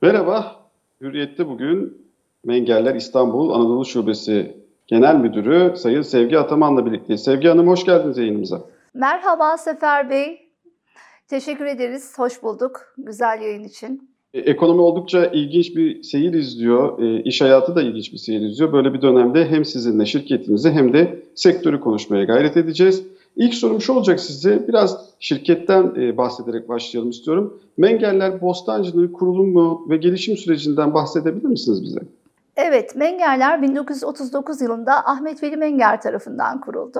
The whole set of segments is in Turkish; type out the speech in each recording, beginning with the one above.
Merhaba, Hürriyet'te bugün Mengerler İstanbul Anadolu Şubesi Genel Müdürü Sayın Sevgi Ataman'la birlikteyiz. Sevgi Hanım hoş geldiniz yayınımıza. Merhaba Sefer Bey. Teşekkür ederiz. Hoş bulduk. Güzel yayın için. Ekonomi oldukça ilginç bir seyir izliyor, iş hayatı da ilginç bir seyir izliyor. Böyle bir dönemde hem sizinle şirketinizi hem de sektörü konuşmaya gayret edeceğiz. İlk sorum şu olacak size, biraz şirketten bahsederek başlayalım istiyorum. Mengerler Bostancı'nın kurulumu ve gelişim sürecinden bahsedebilir misiniz bize? Evet, Mengerler 1939 yılında Ahmet Veli Menger tarafından kuruldu.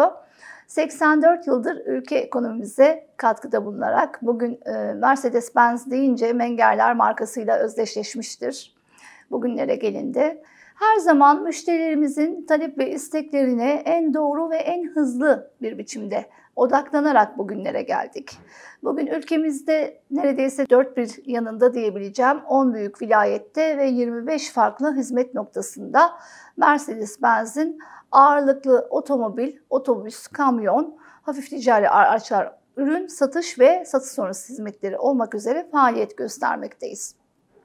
84 yıldır ülke ekonomimize katkıda bulunarak bugün Mercedes-Benz deyince Mengerler markasıyla özdeşleşmiştir. Bugünlere gelindi. Her zaman müşterilerimizin talep ve isteklerine en doğru ve en hızlı bir biçimde odaklanarak bugünlere geldik. Bugün ülkemizde neredeyse dört bir yanında diyebileceğim 10 büyük vilayette ve 25 farklı hizmet noktasında Mercedes-Benz'in ağırlıklı otomobil, otobüs, kamyon, hafif ticari araçlar, ürün satış ve satış sonrası hizmetleri olmak üzere faaliyet göstermekteyiz.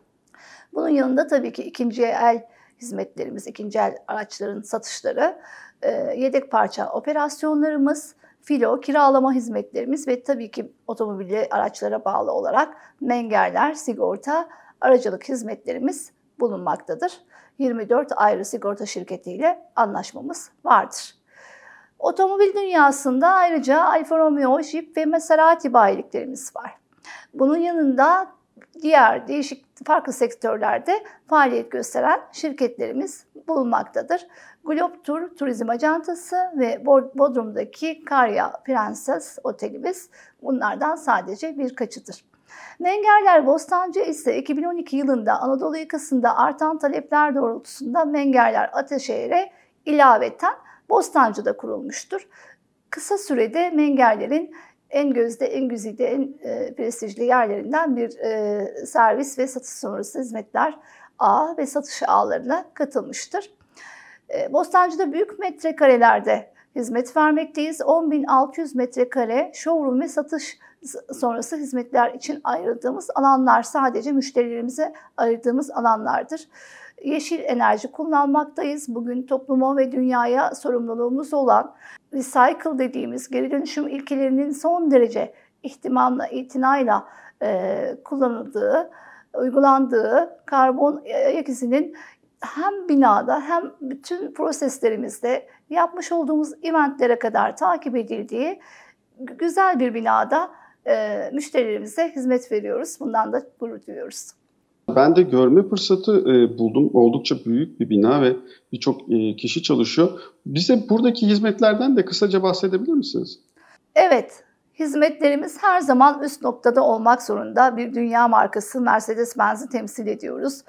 Bunun yanında tabii ki ikinci el hizmetlerimiz, ikinci el araçların satışları, yedek parça operasyonlarımız, filo, kiralama hizmetlerimiz ve tabii ki otomobilli araçlara bağlı olarak mengerler, sigorta, aracılık hizmetlerimiz bulunmaktadır. 24 ayrı sigorta şirketiyle anlaşmamız vardır. Otomobil dünyasında ayrıca Alfa Romeo, Jeep ve Maserati bayiliklerimiz var. Bunun yanında diğer değişik farklı sektörlerde faaliyet gösteren şirketlerimiz bulunmaktadır. Globe Tour Turizm Acentası ve Bodrum'daki Karya Prenses Otelimiz bunlardan sadece birkaçıdır. Mengerler Bostancı ise 2012 yılında Anadolu yakasında artan talepler doğrultusunda Mengerler Ataşehir'e ilaveten Bostancı'da kurulmuştur. Kısa sürede Mengerler'in en gözde, en güzide, en prestijli yerlerinden bir servis ve satış sonrası hizmetler ağı ve satış ağlarına katılmıştır. Bostancı'da büyük metrekarelerde hizmet vermekteyiz. 10.600 metrekare showroom ve satış sonrası hizmetler için ayırdığımız alanlar sadece müşterilerimize ayırdığımız alanlardır. Yeşil enerji kullanmaktayız. Bugün topluma ve dünyaya sorumluluğumuz olan recycle dediğimiz geri dönüşüm ilkelerinin son derece ihtimamla, itinayla kullanıldığı, uygulandığı karbon ayak izinin hem binada hem bütün proseslerimizde yapmış olduğumuz eventlere kadar takip edildiği güzel bir binada müşterilerimize hizmet veriyoruz. Bundan da gurur duyuyoruz. Ben de görme fırsatı buldum. Oldukça büyük bir bina ve birçok kişi çalışıyor. Bize buradaki hizmetlerden de kısaca bahsedebilir misiniz? Evet, hizmetlerimiz her zaman üst noktada olmak zorunda. Bir dünya markası Mercedes-Benz'i temsil ediyoruz.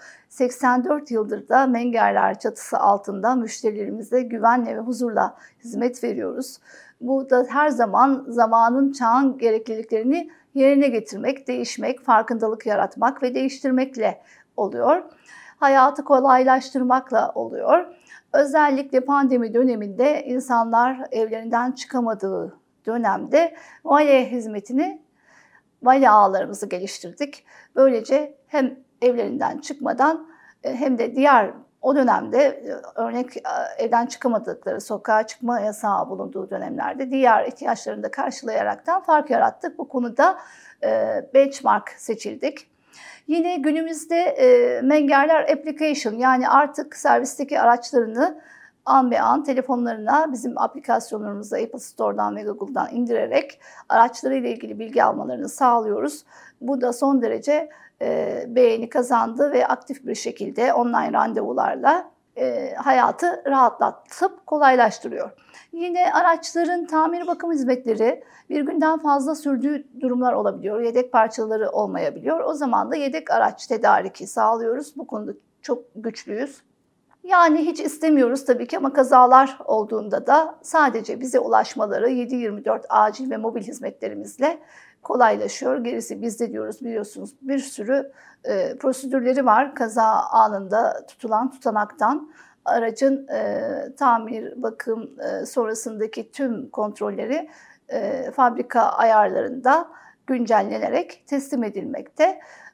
84 yıldır da Mengerler çatısı altında müşterilerimize güvenle ve huzurla hizmet veriyoruz. Bu da her zaman zamanın, çağın gerekliliklerini yerine getirmek, değişmek, farkındalık yaratmak ve değiştirmekle oluyor. Hayatı kolaylaştırmakla oluyor. Özellikle pandemi döneminde insanlar evlerinden çıkamadığı dönemde vale hizmetini, vale ağlarımızı geliştirdik. Böylece hem evlerinden çıkmadan hem de diğer o dönemde örnek evden çıkamadıkları, sokağa çıkma yasağı bulunduğu dönemlerde diğer ihtiyaçlarını da karşılayaraktan fark yarattık. Bu konuda benchmark seçildik. Yine günümüzde Mengerler Application, yani artık servisteki araçlarını an be an telefonlarına bizim aplikasyonlarımızı Apple Store'dan ve Google'dan indirerek araçlarıyla ilgili bilgi almalarını sağlıyoruz. Bu da son derece beğeni kazandı ve aktif bir şekilde online randevularla hayatı rahatlatıp kolaylaştırıyor. Yine araçların tamir bakım hizmetleri bir günden fazla sürdüğü durumlar olabiliyor. Yedek parçaları olmayabiliyor. O zaman da yedek araç tedariki sağlıyoruz. Bu konuda çok güçlüyüz. Yani hiç istemiyoruz tabii ki ama kazalar olduğunda da sadece bize ulaşmaları 7/24 acil ve mobil hizmetlerimizle kolaylaşıyor. Gerisi bizde diyoruz, biliyorsunuz bir sürü prosedürleri var. Kaza anında tutulan tutanaktan aracın tamir, bakım sonrasındaki tüm kontrolleri fabrika ayarlarında güncellenerek teslim edilmekte.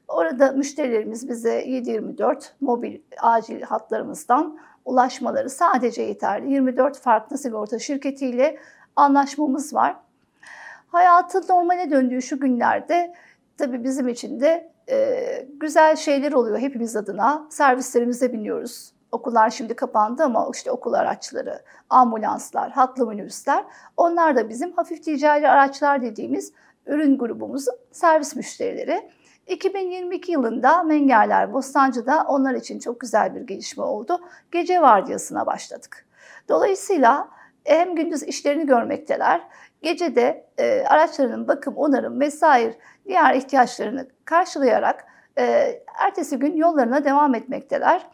Orada müşterilerimiz bize 7/24 mobil acil hatlarımızdan ulaşmaları sadece yeterli. 24 farklı sigorta şirketiyle anlaşmamız var. Hayatın normale döndüğü şu günlerde tabii bizim için de güzel şeyler oluyor hepimiz adına. Servislerimize biniyoruz. Okullar şimdi kapandı ama işte okul araçları, ambulanslar, hatlı minibüsler, onlar da bizim hafif ticari araçlar dediğimiz ürün grubumuzun servis müşterileri. 2022 yılında Mengerler Bostancı'da onlar için çok güzel bir gelişme oldu. Gece vardiyasına başladık. Dolayısıyla hem gündüz işlerini görmekteler, gece de araçlarının bakım, onarım vesaire diğer ihtiyaçlarını karşılayarak ertesi gün yollarına devam etmekteler.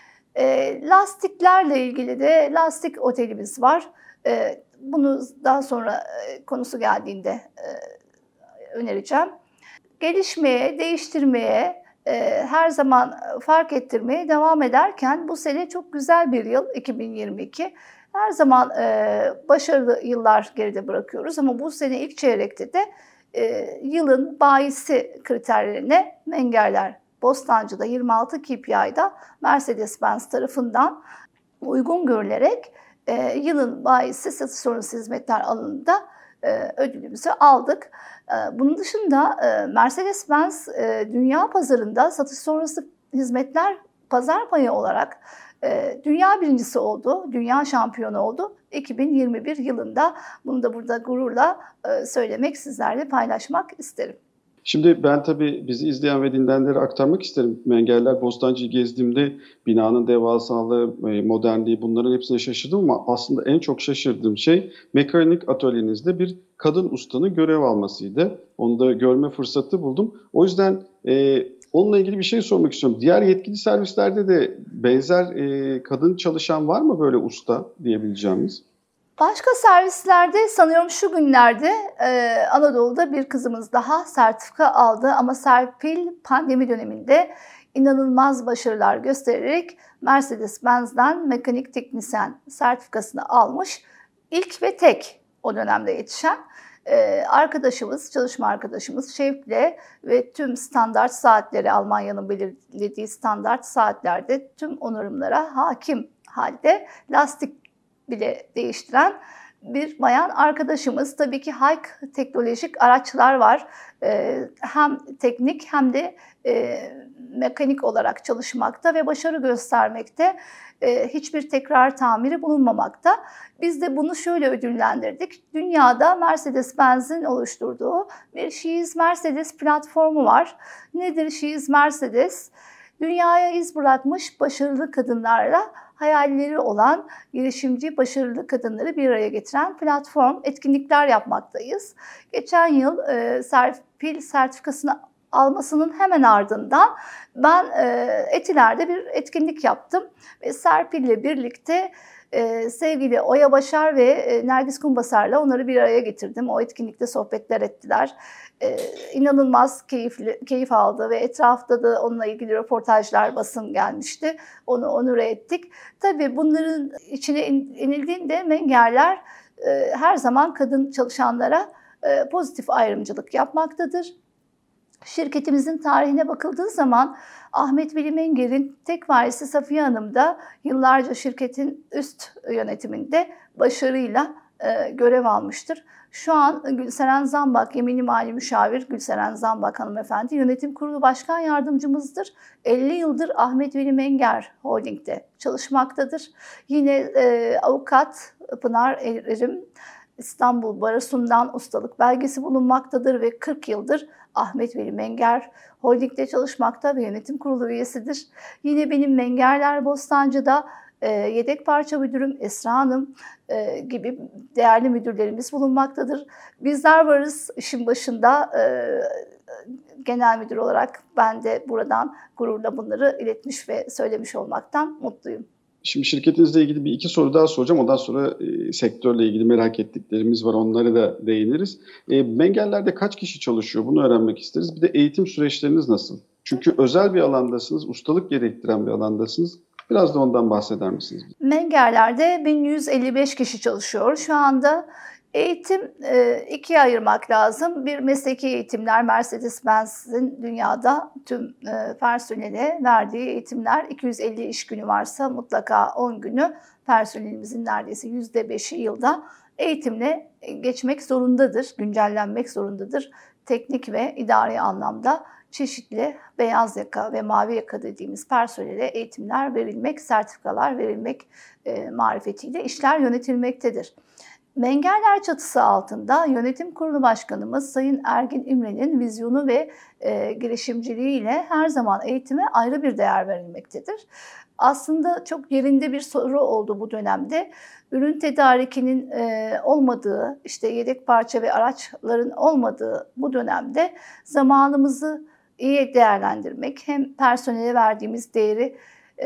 Lastiklerle ilgili de lastik otelimiz var. Bunu daha sonra konusu geldiğinde önereceğim. Gelişmeye, değiştirmeye, her zaman fark ettirmeye devam ederken bu sene çok güzel bir yıl 2022. Her zaman başarılı yıllar geride bırakıyoruz ama bu sene ilk çeyrekte de yılın bayisi kriterlerine Mengerler Bostancı'da 26 KPI'da Mercedes-Benz tarafından uygun görülerek yılın bayisi satış sonrası hizmetler alanında ödülümüzü aldık. Bunun dışında Mercedes-Benz dünya pazarında satış sonrası hizmetler pazar payı olarak dünya birincisi oldu, dünya şampiyonu oldu 2021 yılında. Bunu da burada gururla söylemek, sizlerle paylaşmak isterim. Şimdi ben tabii bizi izleyen ve dinleyenlere aktarmak isterim. Mengerler Bostancı'yı gezdiğimde binanın devasalığı, modernliği, bunların hepsine şaşırdım ama aslında en çok şaşırdığım şey mekanik atölyenizde bir kadın ustanın görev almasıydı. Onu da görme fırsatı buldum. O yüzden onunla ilgili bir şey sormak istiyorum. Diğer yetkili servislerde de benzer kadın çalışan var mı, böyle usta diyebileceğimiz? Başka servislerde sanıyorum şu günlerde Anadolu'da bir kızımız daha sertifika aldı ama Serpil pandemi döneminde inanılmaz başarılar göstererek Mercedes-Benz'den mekanik teknisyen sertifikasını almış. İlk ve tek o dönemde yetişen arkadaşımız, çalışma arkadaşımız Şevk'le ve tüm standart saatleri, Almanya'nın belirlediği standart saatlerde tüm onarımlara hakim halde lastik bile değiştiren bir bayan arkadaşımız. Tabii ki high teknolojik araçlar var. Hem teknik hem de mekanik olarak çalışmakta ve başarı göstermekte. Hiçbir tekrar tamiri bulunmamakta. Biz de bunu şöyle ödüllendirdik. Dünyada Mercedes-Benz'in oluşturduğu bir She is Mercedes platformu var. Nedir She is Mercedes? Dünyaya iz bırakmış başarılı kadınlarla hayalleri olan girişimci, başarılı kadınları bir araya getiren platform, etkinlikler yapmaktayız. Geçen yıl Serpil sertifikasını almasının hemen ardından ben Etiler'de bir etkinlik yaptım ve Serpil'le birlikte sevgili Oya Başar ve Nergis Kumbasar'la onları bir araya getirdim. O etkinlikte sohbetler ettiler. İnanılmaz keyif aldı ve etrafta da onunla ilgili röportajlar, basın gelmişti. Onu onure ettik. Tabii bunların içine inildiğinde Mengerler her zaman kadın çalışanlara pozitif ayrımcılık yapmaktadır. Şirketimizin tarihine bakıldığı zaman Ahmet Veli Menger'in tek varisi Safiye Hanım da yıllarca şirketin üst yönetiminde başarıyla görev almıştır. Şu an Gülseren Zambak, Yemini Mali Müşavir Gülseren Zambak hanımefendi yönetim kurulu başkan yardımcımızdır. 50 yıldır Ahmet Veli Menger Holding'de çalışmaktadır. Yine avukat Pınar Erim İstanbul Barosu'ndan ustalık belgesi bulunmaktadır ve 40 yıldır Ahmet Veli Menger Holding'de çalışmakta ve yönetim kurulu üyesidir. Yine benim Mengerler Bostancı'da yedek parça müdürüm Esra Hanım gibi değerli müdürlerimiz bulunmaktadır. Bizler varız işin başında. Genel müdür olarak ben de buradan gururla bunları iletmiş ve söylemiş olmaktan mutluyum. Şimdi şirketinizle ilgili bir iki soru daha soracağım. Ondan sonra sektörle ilgili merak ettiklerimiz var. Onlara da değiniriz. Mengerler'de kaç kişi çalışıyor? Bunu öğrenmek isteriz. Bir de eğitim süreçleriniz nasıl? Çünkü özel bir alandasınız, ustalık gerektiren bir alandasınız. Biraz da ondan bahseder misiniz? Mengerler'de 1155 kişi çalışıyor. Şu anda Eğitim ikiye ayırmak lazım. Bir, mesleki eğitimler, Mercedes-Benz'in dünyada tüm personele verdiği eğitimler. 250 iş günü varsa mutlaka 10 günü personelimizin neredeyse %5'i yılda eğitimle geçmek zorundadır, güncellenmek zorundadır. Teknik ve idari anlamda çeşitli beyaz yaka ve mavi yaka dediğimiz personele eğitimler verilmek, sertifikalar verilmek marifetiyle işler yönetilmektedir. Mengerler çatısı altında Yönetim Kurulu Başkanımız Sayın Ergin İmre'nin vizyonu ve girişimciliğiyle her zaman eğitime ayrı bir değer verilmektedir. Aslında çok yerinde bir soru oldu bu dönemde. Ürün tedarikinin olmadığı, işte yedek parça ve araçların olmadığı bu dönemde zamanımızı iyi değerlendirmek, hem personele verdiğimiz değeri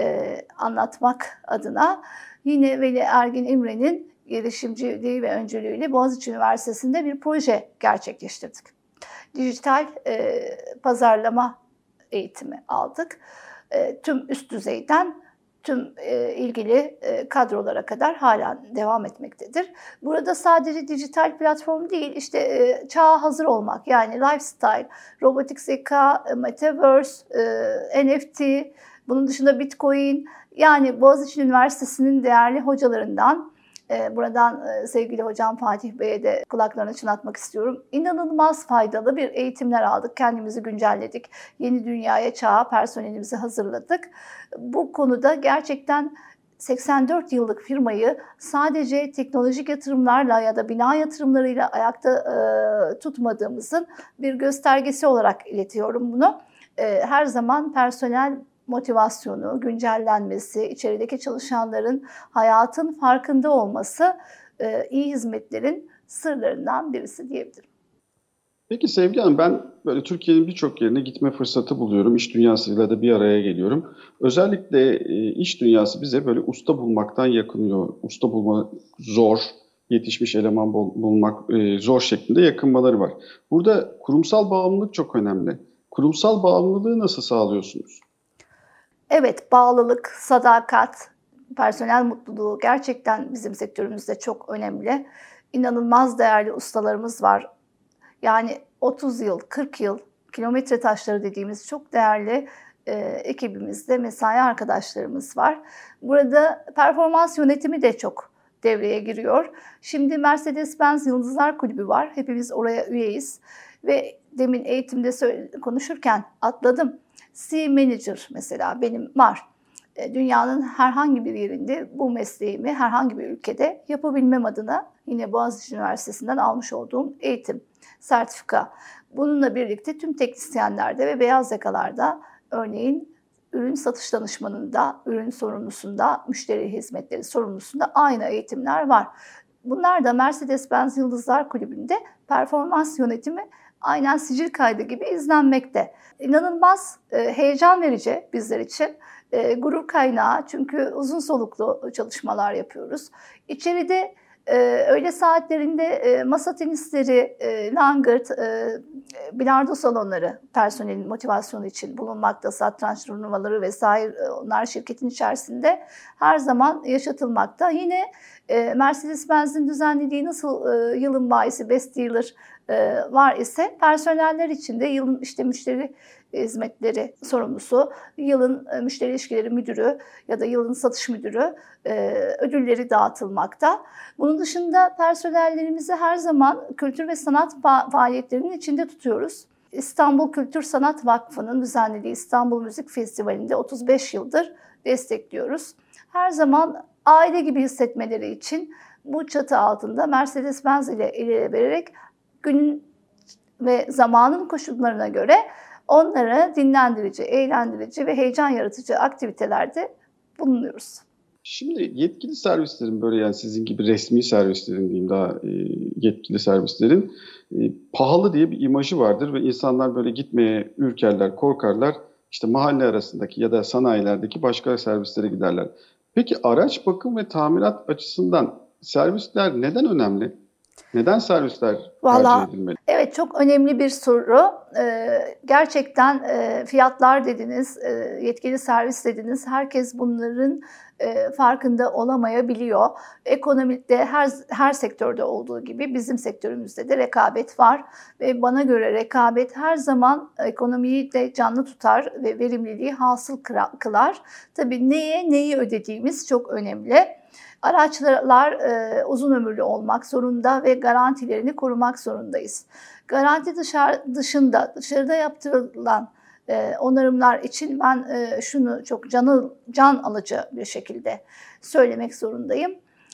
anlatmak adına yine Veli Ergin İmre'nin girişimciliği ve öncülüğüyle Boğaziçi Üniversitesi'nde bir proje gerçekleştirdik. Dijital pazarlama eğitimi aldık. Tüm üst düzeyden tüm ilgili kadrolara kadar hala devam etmektedir. Burada sadece dijital platform değil, işte çağa hazır olmak, yani lifestyle, robotik zeka, metaverse, NFT, bunun dışında Bitcoin, yani Boğaziçi Üniversitesi'nin değerli hocalarından, buradan sevgili hocam Fatih Bey'e de kulaklarını çınlatmak istiyorum. İnanılmaz faydalı bir eğitimler aldık. Kendimizi güncelledik. Yeni dünyaya, çağa personelimizi hazırladık. Bu konuda gerçekten 84 yıllık firmayı sadece teknolojik yatırımlarla ya da bina yatırımlarıyla ayakta tutmadığımızın bir göstergesi olarak iletiyorum bunu. Her zaman personel motivasyonu, güncellenmesi, içerideki çalışanların hayatın farkında olması iyi hizmetlerin sırlarından birisi diyebilirim. Peki Sevgi Hanım, ben böyle Türkiye'nin birçok yerine gitme fırsatı buluyorum. İş dünyasıyla da bir araya geliyorum. Özellikle iş dünyası bize böyle usta bulmaktan yakınıyor. Usta bulma zor, yetişmiş eleman bulmak zor şeklinde yakınmaları var. Burada kurumsal bağımlılık çok önemli. Kurumsal bağımlılığı nasıl sağlıyorsunuz? Evet, bağlılık, sadakat, personel mutluluğu gerçekten bizim sektörümüzde çok önemli. İnanılmaz değerli ustalarımız var. Yani 30 yıl, 40 yıl kilometre taşları dediğimiz çok değerli ekibimizde mesai arkadaşlarımız var. Burada performans yönetimi de çok devreye giriyor. Şimdi Mercedes-Benz Yıldızlar Kulübü var. Hepimiz oraya üyeyiz. Ve demin eğitimde konuşurken atladım. C-Manager mesela benim var. Dünyanın herhangi bir yerinde bu mesleğimi herhangi bir ülkede yapabilmem adına yine Boğaziçi Üniversitesi'nden almış olduğum eğitim, sertifika. Bununla birlikte tüm teknisyenlerde ve beyaz yakalarda, örneğin ürün satış danışmanında, ürün sorumlusunda, müşteri hizmetleri sorumlusunda aynı eğitimler var. Bunlar da Mercedes-Benz Yıldızlar Kulübü'nde performans yönetimi aynen sicil kaydı gibi izlenmekte. İnanılmaz heyecan verici bizler için. Gurur kaynağı, çünkü uzun soluklu çalışmalar yapıyoruz. İçeride öğle saatlerinde masa tenisleri, langırt, bilardo salonları personelin motivasyonu için bulunmakta, satranç turnuvaları vesaire, onlar şirketin içerisinde her zaman yaşatılmakta. Yine Mercedes-Benz'in düzenlediği nasıl yılın bayisi Best Dealer var ise personeller için de yılın işte müşteri hizmetleri sorumlusu, yılın müşteri ilişkileri müdürü ya da yılın satış müdürü ödülleri dağıtılmakta. Bunun dışında personellerimizi her zaman kültür ve sanat faaliyetlerinin içinde tutuyoruz. İstanbul Kültür Sanat Vakfı'nın düzenlediği İstanbul Müzik Festivali'nde 35 yıldır destekliyoruz. Her zaman aile gibi hissetmeleri için bu çatı altında Mercedes-Benz ile el ele vererek günün ve zamanın koşullarına göre onlara dinlendirici, eğlendirici ve heyecan yaratıcı aktivitelerde bulunuyoruz. Şimdi yetkili servislerin, böyle yani sizin gibi resmi servislerin diyeyim, daha yetkili servislerin pahalı diye bir imajı vardır ve insanlar böyle gitmeye ürkerler, korkarlar. İşte mahalle arasındaki ya da sanayilerdeki başka servislere giderler. Peki araç bakım ve tamirat açısından servisler neden önemli? Neden servisler tercih edilmeli? Evet, Evet, çok önemli bir soru. Gerçekten fiyatlar dediniz, yetkili servis dediniz. Herkes bunların farkında olamayabiliyor. Ekonomide her sektörde olduğu gibi bizim sektörümüzde de rekabet var. Ve bana göre rekabet her zaman ekonomiyi de canlı tutar ve verimliliği hasıl kılar. Tabii neyi ödediğimiz çok önemli. Araçlar uzun ömürlü olmak zorunda ve garantilerini korumak zorundayız. Garanti dışarıda yaptırılan onarımlar için ben şunu çok can alıcı bir şekilde söylemek zorundayım.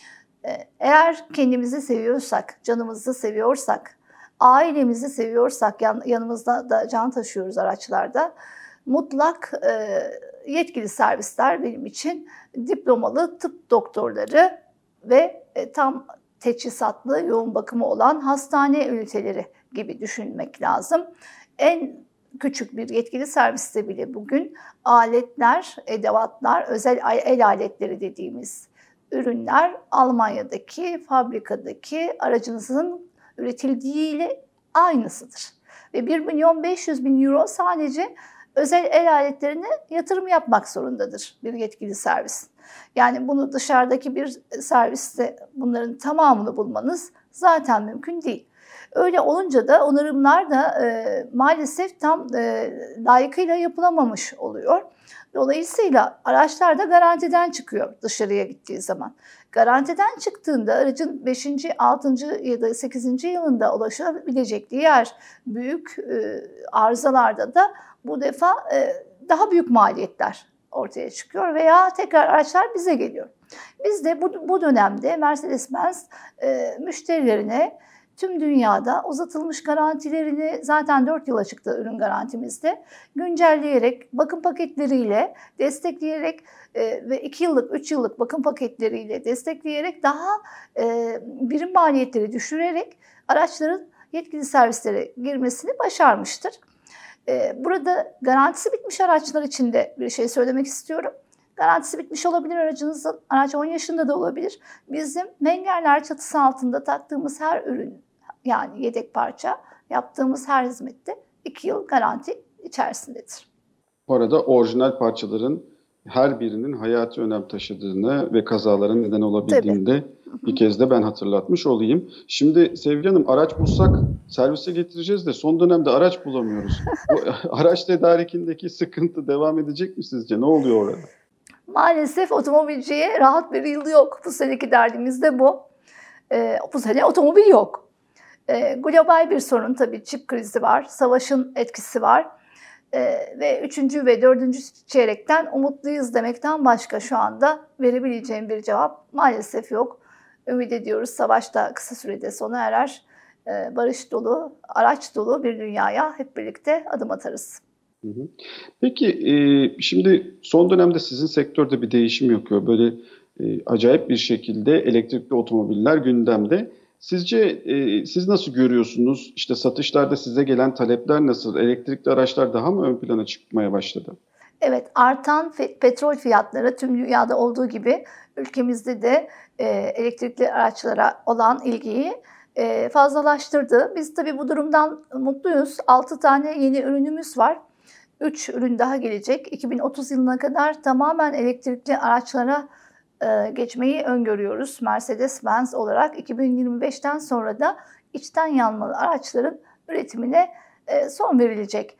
Eğer kendimizi seviyorsak, canımızı seviyorsak, ailemizi seviyorsak, yanımızda da can taşıyoruz araçlarda, mutlak yetkili servisler benim için diplomalı tıp doktorları ve tam teçhizatlı yoğun bakımı olan hastane üniteleri gibi düşünmek lazım. En küçük bir yetkili serviste bile bugün aletler, edevatlar, özel el aletleri dediğimiz ürünler Almanya'daki fabrikadaki aracınızın üretildiğiyle aynısıdır. Ve 1.500.000 euro sadece özel el aletlerine yatırım yapmak zorundadır bir yetkili servis. Yani bunu dışarıdaki bir serviste bunların tamamını bulmanız zaten mümkün değil. Öyle olunca da onarımlar da maalesef tam layıkıyla yapılamamış oluyor. Dolayısıyla araçlar da garantiden çıkıyor dışarıya gittiği zaman. Garantiden çıktığında aracın 5. 6. ya da 8. yılında ulaşabilecek diğer büyük arızalarda da bu defa daha büyük maliyetler ortaya çıkıyor veya tekrar araçlar bize geliyor. Biz de bu dönemde Mercedes-Benz müşterilerine tüm dünyada uzatılmış garantilerini zaten 4 yıla çıktı ürün garantimizde güncelleyerek, bakım paketleriyle destekleyerek ve 2 yıllık, 3 yıllık bakım paketleriyle destekleyerek daha birim maliyetleri düşürerek araçların yetkili servislere girmesini başarmıştır. Burada garantisi bitmiş araçlar için de bir şey söylemek istiyorum. Garantisi bitmiş olabilir aracınızın, araç 10 yaşında da olabilir. Bizim Mengerler çatısı altında taktığımız her ürün, yani yedek parça, yaptığımız her hizmette 2 yıl garanti içerisindedir. Bu arada orijinal parçaların her birinin hayati önem taşıdığını ve kazaların neden olabildiğini de bir kez de ben hatırlatmış olayım. Şimdi Sevgi Hanım, araç bulsak servise getireceğiz de son dönemde araç bulamıyoruz. Bu araç tedarikindeki sıkıntı devam edecek mi sizce? Ne oluyor orada? Maalesef otomobilciye rahat bir yıl yok. Bu seneki derdimiz de bu. Bu sene otomobil yok. Global bir sorun tabii, çip krizi var, savaşın etkisi var. Ve 3. ve 4. çeyrekten umutluyuz demekten başka şu anda verebileceğim bir cevap maalesef yok. Ümit ediyoruz savaş da kısa sürede sona erer. Barış dolu, araç dolu bir dünyaya hep birlikte adım atarız. Peki şimdi son dönemde sizin sektörde bir değişim yapıyor. Böyle acayip bir şekilde elektrikli otomobiller gündemde. Sizce siz nasıl görüyorsunuz? İşte satışlarda size gelen talepler nasıl? Elektrikli araçlar daha mı ön plana çıkmaya başladı? Evet, artan petrol fiyatları tüm dünyada olduğu gibi ülkemizde de elektrikli araçlara olan ilgiyi fazlalaştırdı. Biz tabii bu durumdan mutluyuz. 6 tane yeni ürünümüz var. 3 ürün daha gelecek. 2030 yılına kadar tamamen elektrikli araçlara geçmeyi öngörüyoruz. Mercedes-Benz olarak 2025'ten sonra da içten yanmalı araçların üretimine son verilecek.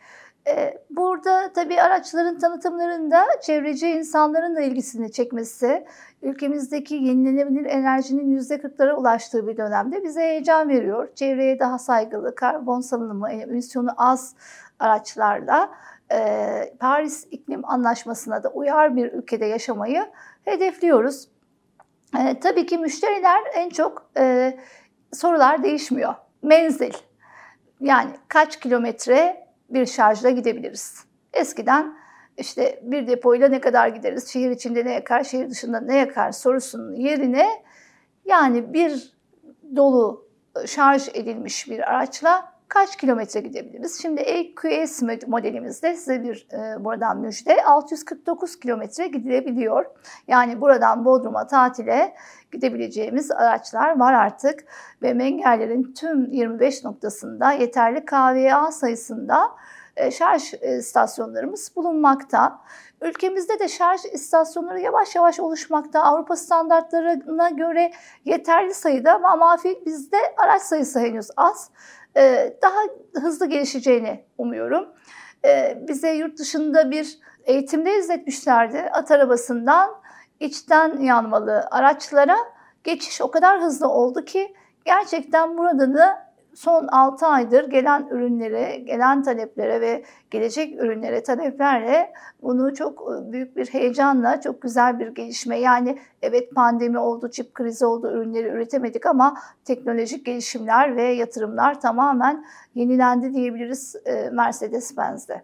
Burada tabii araçların tanıtımlarında çevreci insanların da ilgisini çekmesi, ülkemizdeki yenilenebilir enerjinin %40'lara ulaştığı bir dönemde bize heyecan veriyor. Çevreye daha saygılı, karbon salınımı, emisyonu az araçlarla Paris İklim Anlaşması'na da uyar bir ülkede yaşamayı hedefliyoruz. Tabii ki müşteriler en çok sorular değişmiyor. Menzil, yani kaç kilometre bir şarjla gidebiliriz? Eskiden işte bir depoyla ne kadar gideriz, şehir içinde ne yakar, şehir dışında ne yakar sorusunun yerine yani bir dolu şarj edilmiş bir araçla kaç kilometre gidebiliriz? Şimdi EQS modelimizde size bir buradan müjde, 649 kilometre gidilebiliyor. Yani buradan Bodrum'a tatile gidebileceğimiz araçlar var artık ve Mengerler'in tüm 25 noktasında yeterli KVA sayısında şarj istasyonlarımız bulunmakta. Ülkemizde de şarj istasyonları yavaş yavaş oluşmakta. Avrupa standartlarına göre yeterli sayıda ama bizde araç sayısı henüz az. Daha hızlı gelişeceğini umuyorum. Bize yurt dışında bir eğitimde izletmişlerdi. At arabasından içten yanmalı araçlara geçiş o kadar hızlı oldu ki gerçekten burada da son 6 aydır gelen ürünlere, gelen taleplere ve gelecek ürünlere, taleplerle bunu çok büyük bir heyecanla, çok güzel bir gelişme. Yani evet pandemi oldu, çip krizi oldu, ürünleri üretemedik ama teknolojik gelişimler ve yatırımlar tamamen yenilendi diyebiliriz Mercedes-Benz'de.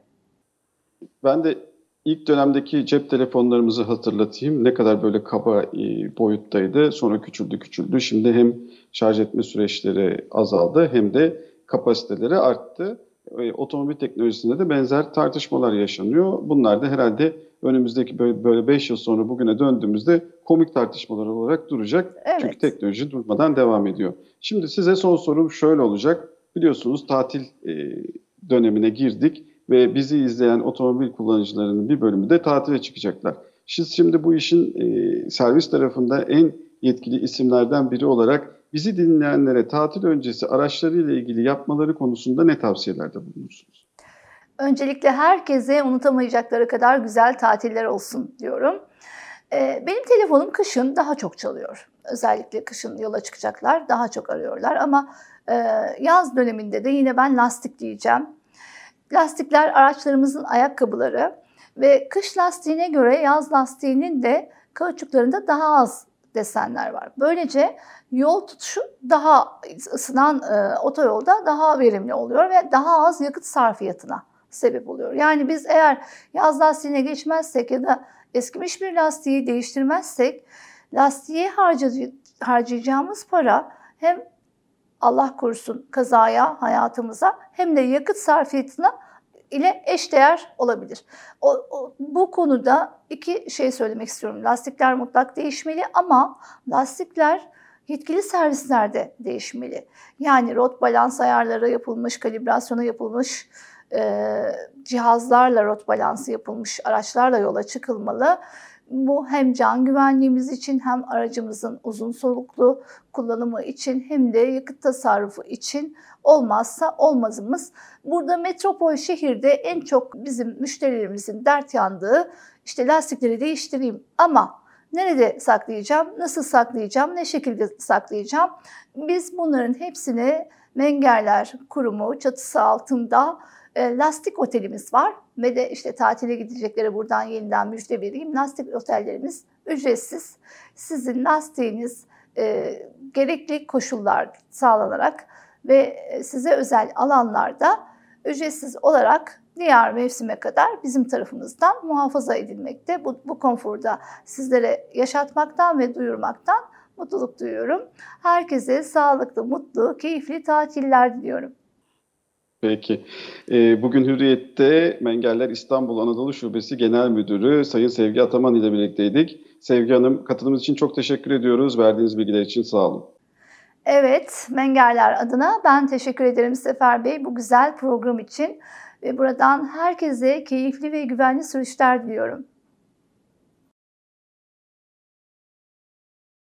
Ben de ilk dönemdeki cep telefonlarımızı hatırlatayım. Ne kadar böyle kaba boyuttaydı. Sonra küçüldü. Şimdi hem şarj etme süreçleri azaldı hem de kapasiteleri arttı. Otomobil teknolojisinde de benzer tartışmalar yaşanıyor. Bunlar da herhalde önümüzdeki böyle 5 yıl sonra bugüne döndüğümüzde komik tartışmalar olarak duracak. Evet. Çünkü teknoloji durmadan devam ediyor. Şimdi size son sorum şöyle olacak. Biliyorsunuz tatil dönemine girdik ve bizi izleyen otomobil kullanıcılarının bir bölümü de tatile çıkacaklar. Siz şimdi bu işin servis tarafında en yetkili isimlerden biri olarak bizi dinleyenlere tatil öncesi araçlarıyla ilgili yapmaları konusunda ne tavsiyelerde bulunursunuz? Öncelikle herkese unutamayacakları kadar güzel tatiller olsun diyorum. Benim telefonum kışın daha çok çalıyor. Özellikle kışın yola çıkacaklar, daha çok arıyorlar ama yaz döneminde de yine ben lastik diyeceğim. Lastikler araçlarımızın ayakkabıları ve kış lastiğine göre yaz lastiğinin de kauçuklarında daha az desenler var. Böylece yol tutuşu daha ısınan otoyolda daha verimli oluyor ve daha az yakıt sarfiyatına sebep oluyor. Yani biz eğer yaz lastiğine geçmezsek ya da eskimiş bir lastiği değiştirmezsek lastiğe harcayacağımız para hem Allah korusun kazaya, hayatımıza hem de yakıt sarfiyatına ile eşdeğer olabilir. Bu konuda iki şey söylemek istiyorum. Lastikler mutlak değişmeli ama lastikler yetkili servislerde değişmeli. Yani rot balans ayarları yapılmış, kalibrasyonu yapılmış cihazlarla rot balansı yapılmış araçlarla yola çıkılmalı. Bu hem can güvenliğimiz için hem aracımızın uzun soluklu kullanımı için hem de yakıt tasarrufu için olmazsa olmazımız. Burada metropol şehirde en çok bizim müşterilerimizin dert yandığı işte lastikleri değiştireyim ama nerede saklayacağım, nasıl saklayacağım, ne şekilde saklayacağım? Biz bunların hepsini Mengerler Kurumu çatısı altında lastik otelimiz var ve de işte tatile gideceklere buradan yeniden müjde vereyim. Lastik otellerimiz ücretsiz. Sizin lastiğiniz gerekli koşullar sağlanarak ve size özel alanlarda ücretsiz olarak diğer mevsime kadar bizim tarafımızdan muhafaza edilmekte. Bu konforda sizlere yaşatmaktan ve duyurmaktan mutluluk duyuyorum. Herkese sağlıklı, mutlu, keyifli tatiller diliyorum. Peki. Bugün Hürriyet'te Mengerler İstanbul Anadolu Şubesi Genel Müdürü Sayın Sevgi Ataman ile birlikteydik. Sevgi Hanım, katılımınız için çok teşekkür ediyoruz. Verdiğiniz bilgiler için sağ olun. Evet, Mengerler adına ben teşekkür ederim Sefer Bey bu güzel program için. Ve buradan herkese keyifli ve güvenli sürüşler diliyorum.